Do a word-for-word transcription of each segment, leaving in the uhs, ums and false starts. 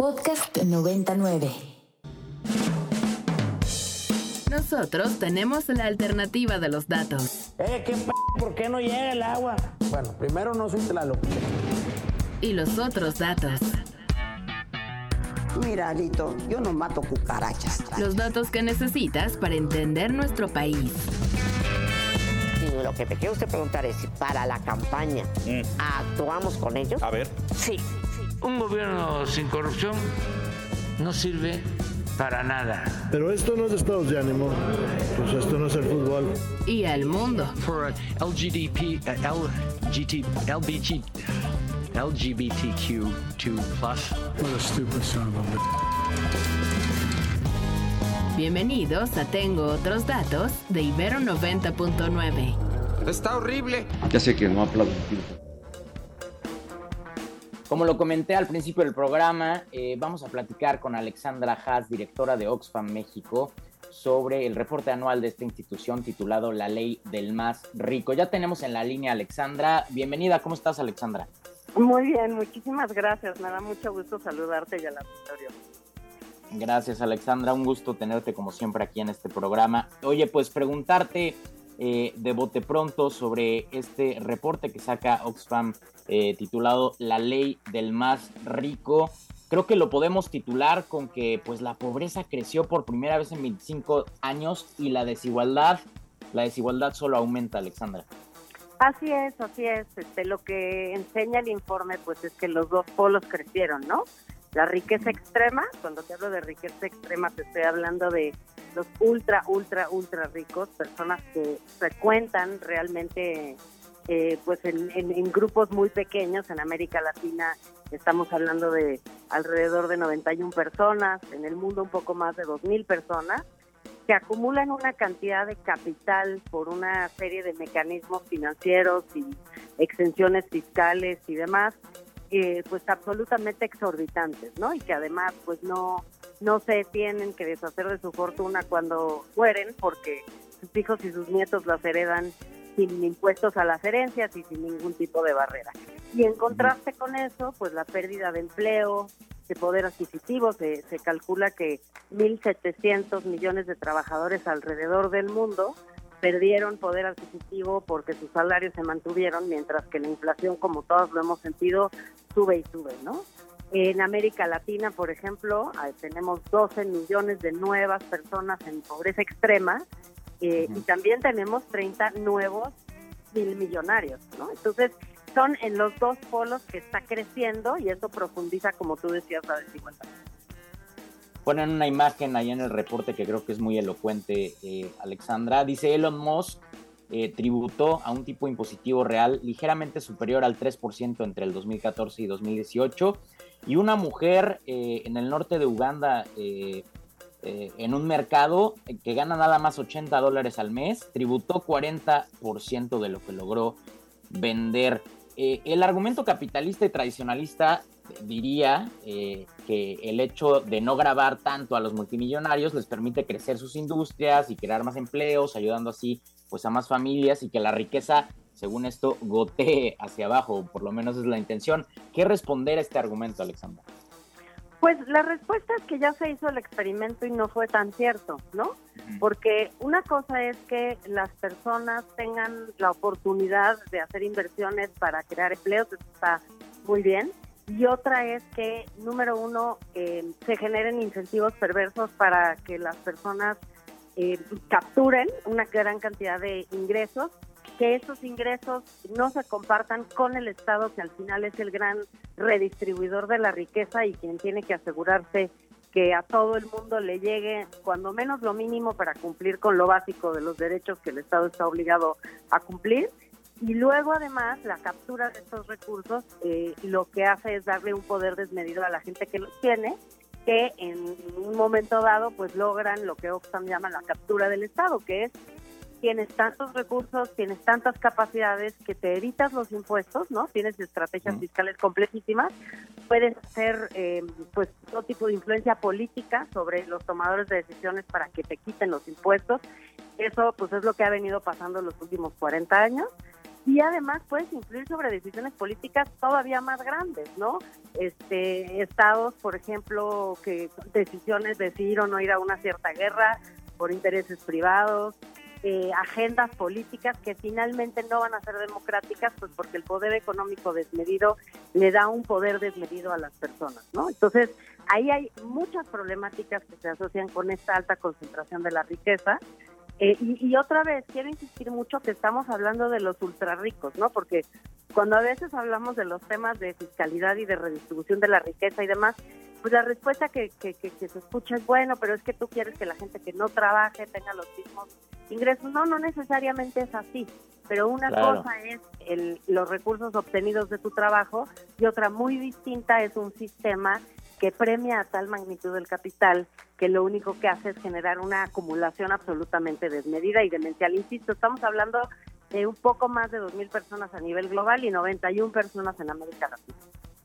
Podcast noventa y nueve. Nosotros tenemos la alternativa de los datos. Eh, ¿qué p***? ¿Por qué no llega el agua? Bueno, primero no soy Tlaloc. Y los otros datos. Mira, Lito, yo no mato cucarachas. Los datos que necesitas para entender nuestro país. Y lo que te quiero usted preguntar es si para la campaña mm. actuamos con ellos. A ver. Sí. Un gobierno sin corrupción no sirve para nada. Pero esto no es estados de ánimo, pues esto no es el fútbol. Y al mundo. For L G B T, uh, L G T, L B G, L G B T Q two plus. What a stupid son of a bitch. Bienvenidos a Tengo Otros Datos de Ibero noventa punto nueve. Está horrible. Ya sé que no aplaudo. Como lo comenté al principio del programa, eh, vamos a platicar con Alexandra Haas, directora de Oxfam México, sobre el reporte anual de esta institución titulado La Ley del Más Rico. Ya tenemos en la línea a Alexandra. Bienvenida, ¿cómo estás, Alexandra? Muy bien, muchísimas gracias. Me da mucho gusto saludarte y al auditorio. Gracias, Alexandra. Un gusto tenerte como siempre aquí en este programa. Oye, pues preguntarte eh, de bote pronto sobre este reporte que saca Oxfam eh, titulado La Ley del Más Rico. Creo que lo podemos titular con que pues la pobreza creció por primera vez en veinticinco años y la desigualdad, la desigualdad solo aumenta, Alexandra. Así es, así es. Este, lo que enseña el informe pues es que los dos polos crecieron, ¿no? La riqueza extrema, cuando te hablo de riqueza extrema te estoy hablando de los ultra, ultra, ultra ricos, personas que frecuentan realmente eh, pues en, en, en grupos muy pequeños. En América Latina estamos hablando de alrededor de noventa y una personas, en el mundo un poco más de dos mil personas, que acumulan una cantidad de capital por una serie de mecanismos financieros y exenciones fiscales y demás, Eh, pues absolutamente exorbitantes, ¿no? Y que además pues no, no se tienen que deshacer de su fortuna cuando mueren porque sus hijos y sus nietos las heredan sin impuestos a las herencias y sin ningún tipo de barrera. Y en contraste con eso, pues la pérdida de empleo, de poder adquisitivo, se, se calcula que mil setecientos millones de trabajadores alrededor del mundo perdieron poder adquisitivo porque sus salarios se mantuvieron, mientras que la inflación, como todos lo hemos sentido, sube y sube, ¿no? En América Latina, por ejemplo, tenemos doce millones de nuevas personas en pobreza extrema eh, uh-huh. y también tenemos treinta nuevos mil millonarios, ¿no? Entonces, son en los dos polos que está creciendo y eso profundiza, como tú decías, la desigualdad. Ponen una imagen ahí en el reporte que creo que es muy elocuente, eh, Alexandra. Dice Elon Musk eh, tributó a un tipo impositivo real ligeramente superior al tres por ciento entre el dos mil catorce y dos mil dieciocho. Y una mujer eh, en el norte de Uganda, eh, eh, en un mercado que gana nada más ochenta dólares al mes, tributó cuarenta por ciento de lo que logró vender. Eh, el argumento capitalista y tradicionalista diría eh, que el hecho de no gravar tanto a los multimillonarios les permite crecer sus industrias y crear más empleos, ayudando así pues a más familias, y que la riqueza, según esto, gotee hacia abajo, por lo menos es la intención. ¿Qué responder a este argumento, Alexandra? Pues la respuesta es que ya se hizo el experimento y no fue tan cierto, ¿no? Uh-huh. Porque una cosa es que las personas tengan la oportunidad de hacer inversiones para crear empleos, eso está muy bien. Y otra es que, número uno, eh, se generen incentivos perversos para que las personas eh, capturen una gran cantidad de ingresos, que esos ingresos no se compartan con el Estado, que al final es el gran redistribuidor de la riqueza y quien tiene que asegurarse que a todo el mundo le llegue cuando menos lo mínimo para cumplir con lo básico de los derechos que el Estado está obligado a cumplir. Y luego, además, la captura de estos recursos eh, lo que hace es darle un poder desmedido a la gente que los tiene, que en un momento dado pues logran lo que Oxfam llama la captura del Estado, que es tienes tantos recursos, tienes tantas capacidades que te evitas los impuestos, ¿no? Tienes estrategias fiscales complejísimas, puedes hacer eh, pues todo tipo de influencia política sobre los tomadores de decisiones para que te quiten los impuestos. Eso pues es lo que ha venido pasando en los últimos cuarenta años. y además puedes influir sobre decisiones políticas todavía más grandes, ¿no? Este, estados, por ejemplo, que decisiones de si ir o no ir a una cierta guerra por intereses privados, eh, agendas políticas que finalmente no van a ser democráticas, pues porque el poder económico desmedido le da un poder desmedido a las personas, ¿no? Entonces, ahí hay muchas problemáticas que se asocian con esta alta concentración de la riqueza. Eh, y, y otra vez, quiero insistir mucho que estamos hablando de los ultrarricos, ¿no? Porque cuando a veces hablamos de los temas de fiscalidad y de redistribución de la riqueza y demás, pues la respuesta que, que, que, que se escucha es, bueno, pero es que tú quieres que la gente que no trabaje tenga los mismos ingresos. No, no necesariamente es así, pero una claro. cosa es el, los recursos obtenidos de tu trabajo y otra muy distinta es un sistema que premia a tal magnitud el capital que lo único que hace es generar una acumulación absolutamente desmedida y demencial. Insisto, estamos hablando de un poco más de dos mil personas a nivel global y noventa y una personas en América Latina.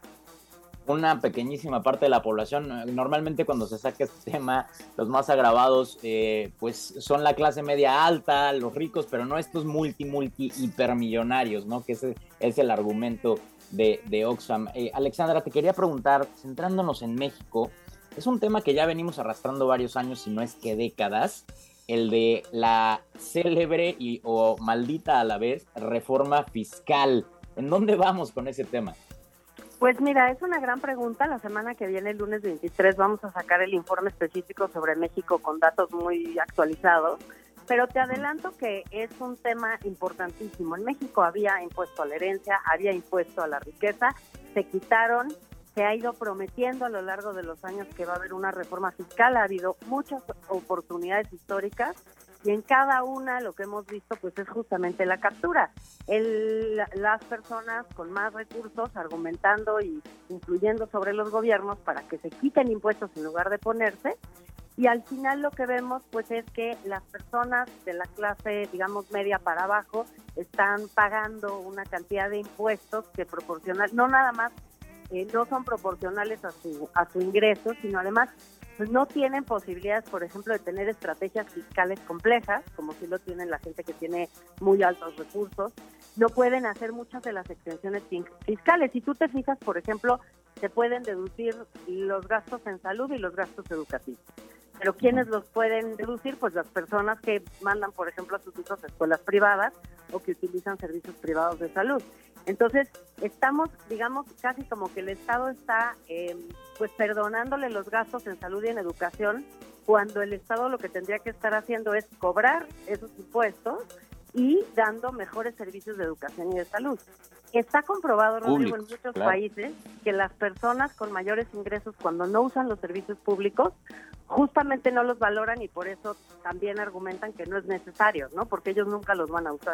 Una pequeñísima parte de la población. Normalmente cuando se saca este tema, los más agravados eh, pues son la clase media alta, los ricos, pero no estos multi, multi, hipermillonarios, ¿no? Que ese es el argumento de, de Oxfam. Eh, Alexandra, te quería preguntar, centrándonos en México, es un tema que ya venimos arrastrando varios años, si no es que décadas, el de la célebre y o maldita a la vez reforma fiscal. ¿En dónde vamos con ese tema? Pues mira, es una gran pregunta. La semana que viene, el lunes veintitrés, vamos a sacar el informe específico sobre México con datos muy actualizados, pero te adelanto que es un tema importantísimo. En México había impuesto a la herencia, había impuesto a la riqueza, se quitaron, se ha ido prometiendo a lo largo de los años que va a haber una reforma fiscal, ha habido muchas oportunidades históricas, y en cada una lo que hemos visto pues es justamente la captura. El, las personas con más recursos argumentando y influyendo sobre los gobiernos para que se quiten impuestos en lugar de ponerse, y al final lo que vemos pues es que las personas de la clase, digamos, media para abajo están pagando una cantidad de impuestos que proporcional, no nada más, eh, no son proporcionales a su, a su ingreso, sino además pues no tienen posibilidades, por ejemplo, de tener estrategias fiscales complejas, como si lo tienen la gente que tiene muy altos recursos. No pueden hacer muchas de las extensiones fiscales. Si tú te fijas, por ejemplo, se pueden deducir los gastos en salud y los gastos educativos. Pero ¿quiénes los pueden deducir? Pues las personas que mandan, por ejemplo, a sus hijos a escuelas privadas o que utilizan servicios privados de salud. Entonces, estamos, digamos, casi como que el Estado está eh, pues perdonándole los gastos en salud y en educación, cuando el Estado lo que tendría que estar haciendo es cobrar esos impuestos y dando mejores servicios de educación y de salud. Está comprobado, Rodrigo, en muchos claro. países que las personas con mayores ingresos, cuando no usan los servicios públicos, justamente no los valoran y por eso también argumentan que no es necesario, ¿no? Porque ellos nunca los van a usar.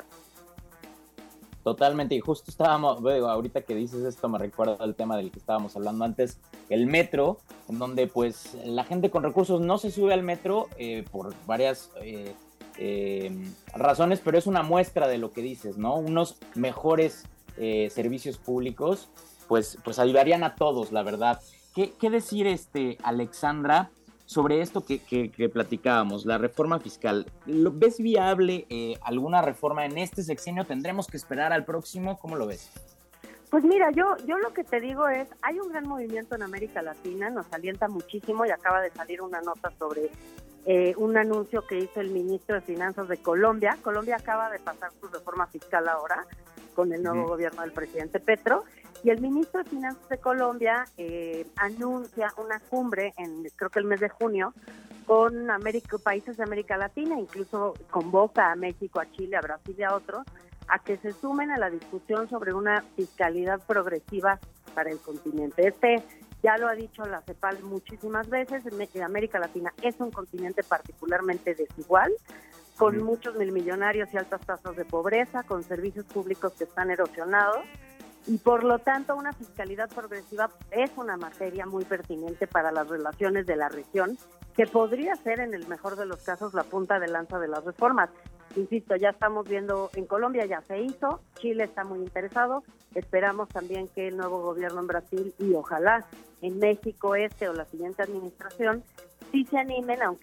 Totalmente, y justo estábamos, bueno, ahorita que dices esto me recuerda al tema del que estábamos hablando antes, el metro, en donde pues la gente con recursos no se sube al metro eh, por varias eh, eh, razones, pero es una muestra de lo que dices, ¿no? Unos mejores eh, servicios públicos, pues, pues ayudarían a todos, la verdad. ¿Qué, qué decir, este, Alexandra, sobre esto que, que, que platicábamos, la reforma fiscal? ¿Ves viable eh, alguna reforma en este sexenio? ¿Tendremos que esperar al próximo? ¿Cómo lo ves? Pues mira, yo yo lo que te digo es, hay un gran movimiento en América Latina, nos alienta muchísimo y acaba de salir una nota sobre eh, un anuncio que hizo el ministro de Finanzas de Colombia. Colombia acaba de pasar su reforma fiscal ahora con el nuevo uh-huh. gobierno del presidente Petro. Y el ministro de Finanzas de Colombia eh, anuncia una cumbre en, creo que el mes de junio, con América, países de América Latina, incluso convoca a México, a Chile, a Brasil y a otros, a que se sumen a la discusión sobre una fiscalidad progresiva para el continente. Este ya lo ha dicho la CEPAL muchísimas veces, América Latina es un continente particularmente desigual, con uh-huh. muchos mil millonarios y altas tasas de pobreza, con servicios públicos que están erosionados, y por lo tanto una fiscalidad progresiva es una materia muy pertinente para las relaciones de la región, que podría ser en el mejor de los casos la punta de lanza de las reformas. Insisto, ya estamos viendo, en Colombia ya se hizo, Chile está muy interesado, esperamos también que el nuevo gobierno en Brasil y ojalá en México este o la siguiente administración sí se animen, aunque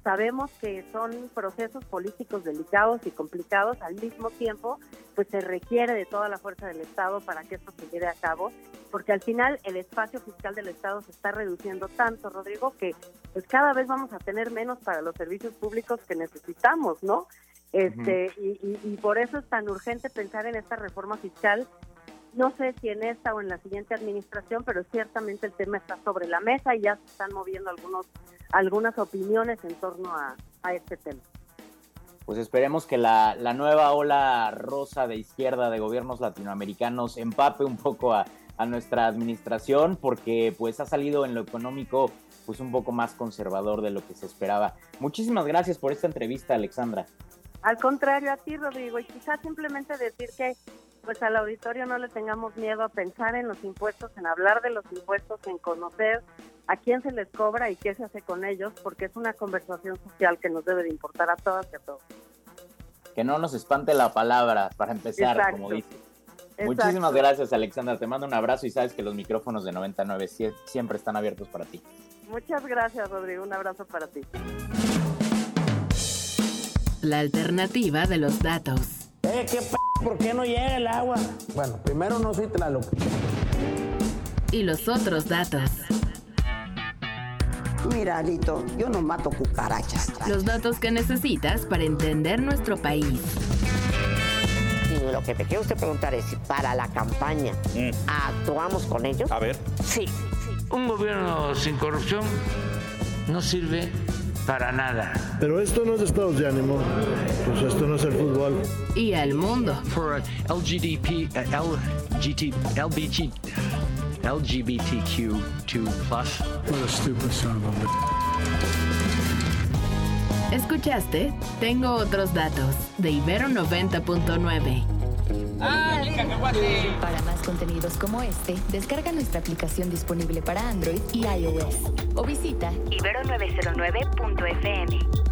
Sabemos que son procesos políticos delicados y complicados. Al mismo tiempo, pues se requiere de toda la fuerza del Estado para que esto se lleve a cabo, porque al final el espacio fiscal del Estado se está reduciendo tanto, Rodrigo, que pues cada vez vamos a tener menos para los servicios públicos que necesitamos, ¿no? Este, uh-huh. y, y, y por eso es tan urgente pensar en esta reforma fiscal. No sé si en esta o en la siguiente administración, pero ciertamente el tema está sobre la mesa y ya se están moviendo algunos, algunas opiniones en torno a, a este tema. Pues esperemos que la, la nueva ola rosa de izquierda de gobiernos latinoamericanos empape un poco a, a nuestra administración, porque pues ha salido en lo económico pues un poco más conservador de lo que se esperaba. Muchísimas gracias por esta entrevista, Alexandra. Al contrario, a ti, Rodrigo, y quizás simplemente decir que pues al auditorio no le tengamos miedo a pensar en los impuestos, en hablar de los impuestos, en conocer a quién se les cobra y qué se hace con ellos, porque es una conversación social que nos debe de importar a todas y a todos. Que no nos espante la palabra, para empezar, Exacto. como dices. Exacto. Muchísimas gracias, Alexandra. Te mando un abrazo y sabes que los micrófonos de noventa y nueve siempre están abiertos para ti. Muchas gracias, Rodrigo. Un abrazo para ti. La alternativa de los datos. Eh, qué p***, ¿por qué no llega el agua? Bueno, primero no soy Tlaloc. Y los otros datos. Mira, Alito, yo no mato cucarachas. Los datos que necesitas para entender nuestro país. Y lo que te quiero usted preguntar es si para la campaña mm. actuamos con ellos. A ver. Sí. Un gobierno sin corrupción no sirve para nada. Pero esto no es estados de ánimo, pues esto no es el fútbol. Y al mundo. For uh, L G D P, uh, L G T, L B G, L G B T Q two plus. What a stupid son of a bitch. ¿Escuchaste? Tengo otros datos de Ibero noventa punto nueve. Para más contenidos como este, descarga nuestra aplicación disponible para Android y iOS o visita ibero novecientos nueve punto f m.